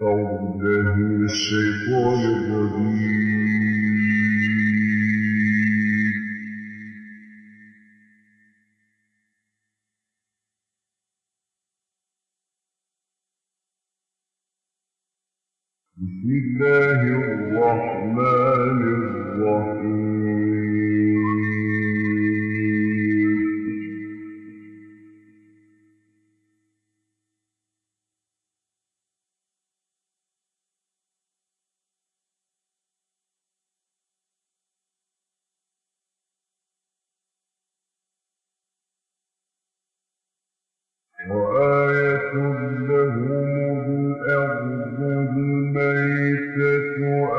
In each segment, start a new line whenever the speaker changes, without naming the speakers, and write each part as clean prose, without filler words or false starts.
أعوذ بالله من الشيطان الرجيم. بسم الله الرحمن الرحيم. وآية لهم الأرض الميتة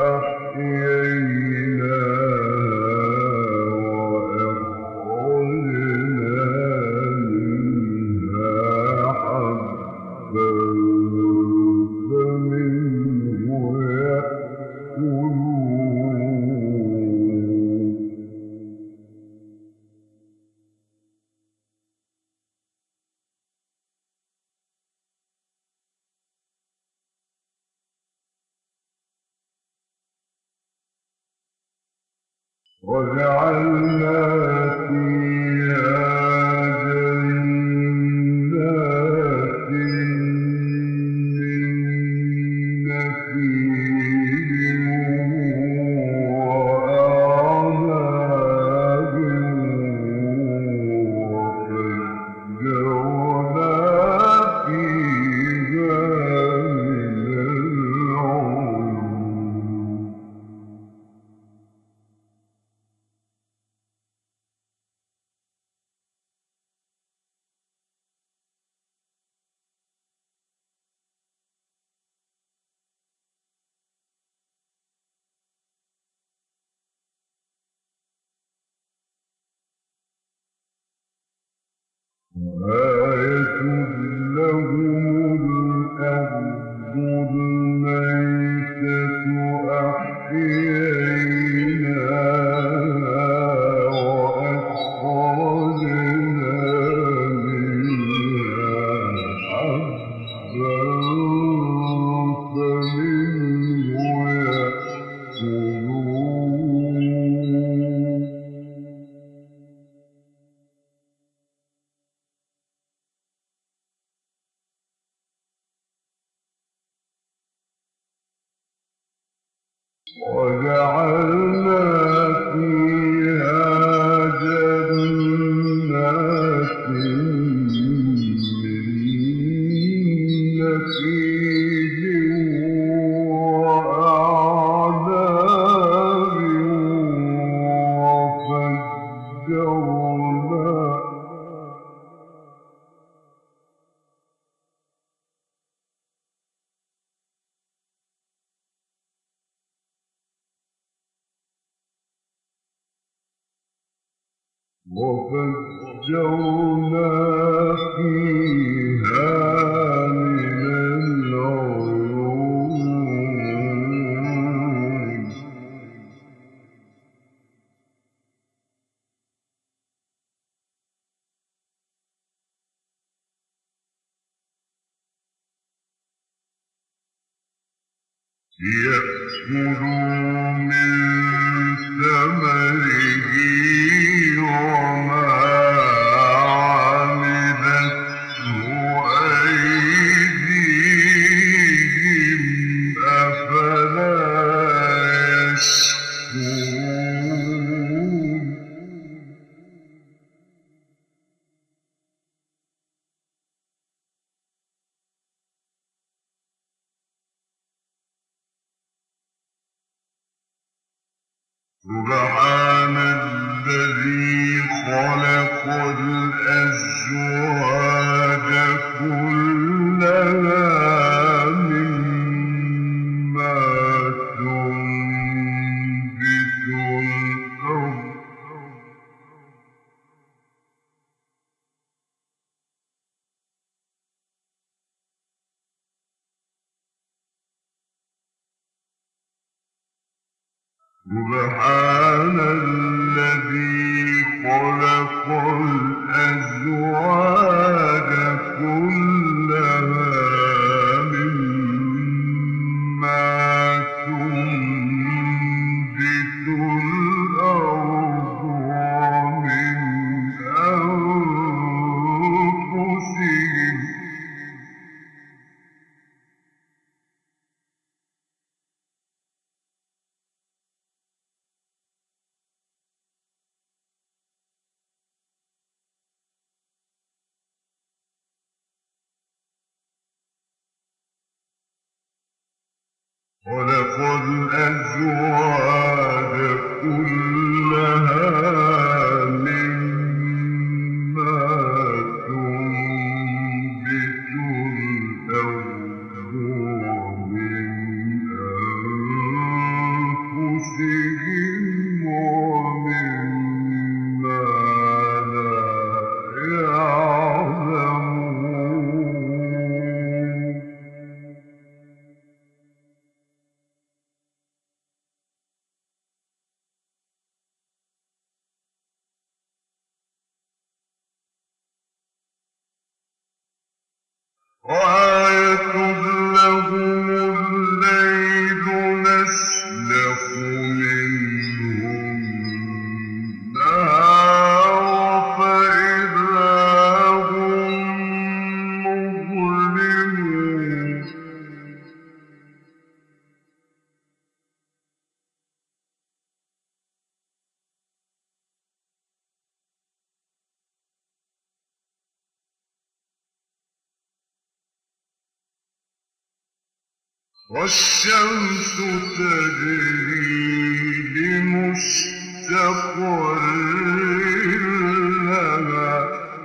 أحييناها وأخرجنا منها حبا فمنه يأكلون. وجعلنا فيها جنات من نخيل وأعناب وفجرنا فيها من العيون. وآية لهم الأرض الميتة أحييناها وأخرجنا منها حبا فمنه يأكلون. وجعلنا فيها جنات من نخيل وأعناب وفجرنا فيها من العيون. ليأكلوا من ثمره وما عملته أيديهم أفلا يشكرون. سبحان الذي خلق الأزواج كلها مما تنبت الأرض سبحان الذي خلق الأزواج كلها مما خلق الأزواج كلها مما تنبت الأرض ومن أنفسهم ومما لا يعلمون وآية لهم الليل نسلخ منه النهار فإذا هم مظلمون والشمس تجري لمستقر لها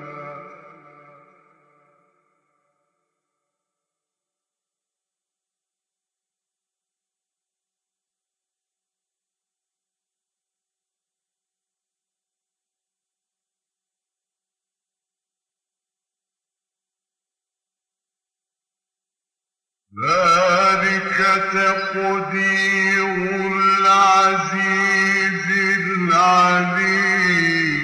ذلك تقدير العزيز العليم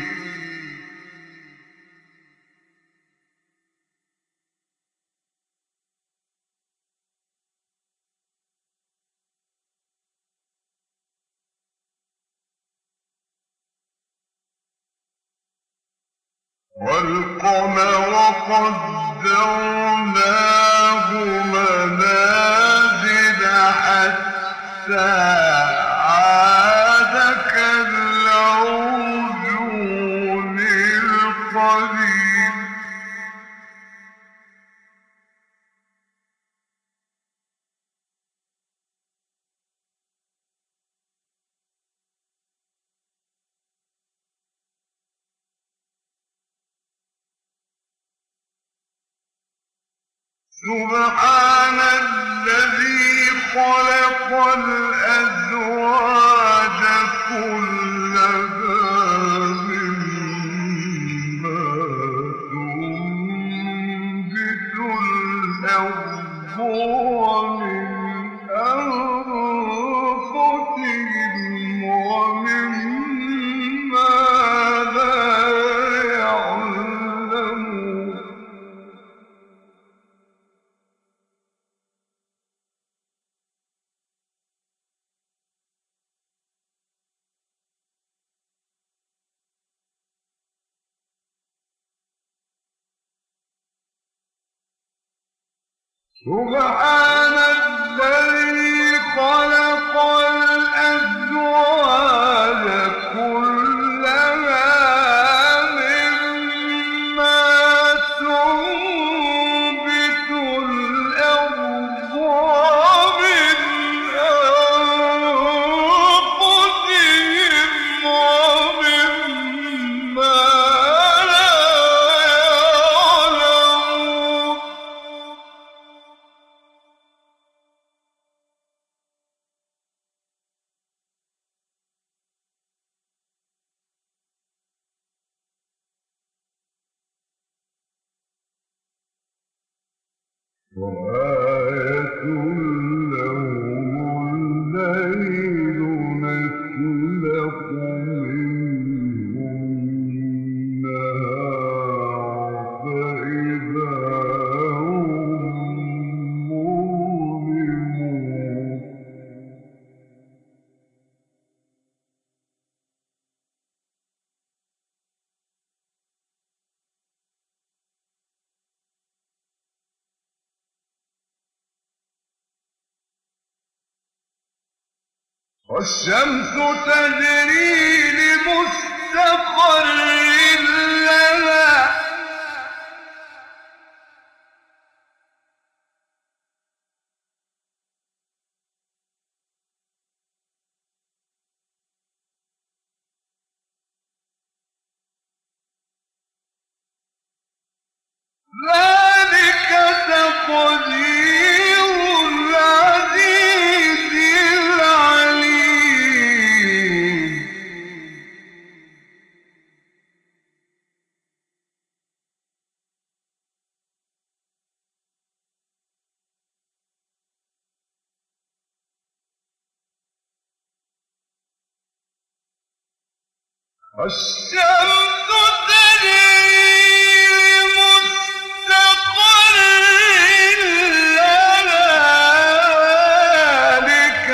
والقمر قدرناه منازل حتى عاد كالعرجون القديم سبحان الذي خلق الأزواج كلها مما تنبت الأرض ومن أنفسهم ومما لا يعلمون سبحان الذي خلق الأزواج كلها مما تنبت الأرض ومن أنفسهم ومما لا يعلمون وآية لهم الليل نسلخ منه النهار فإذا هم مظلمون والشمس تجري لمستقر لها القدير العزيز العليم. الشمس تجري لمستقر لها ذلك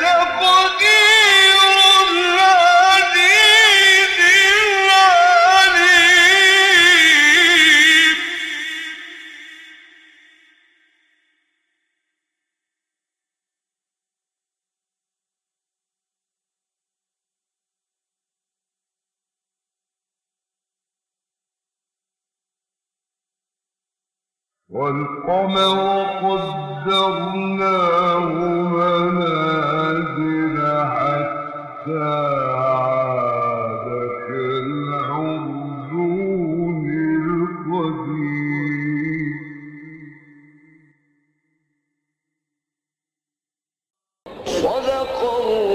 تقدير العزيز العليم. والقمر قدرناه منازل حتى عاد كالعرجون القديم. صدق الله.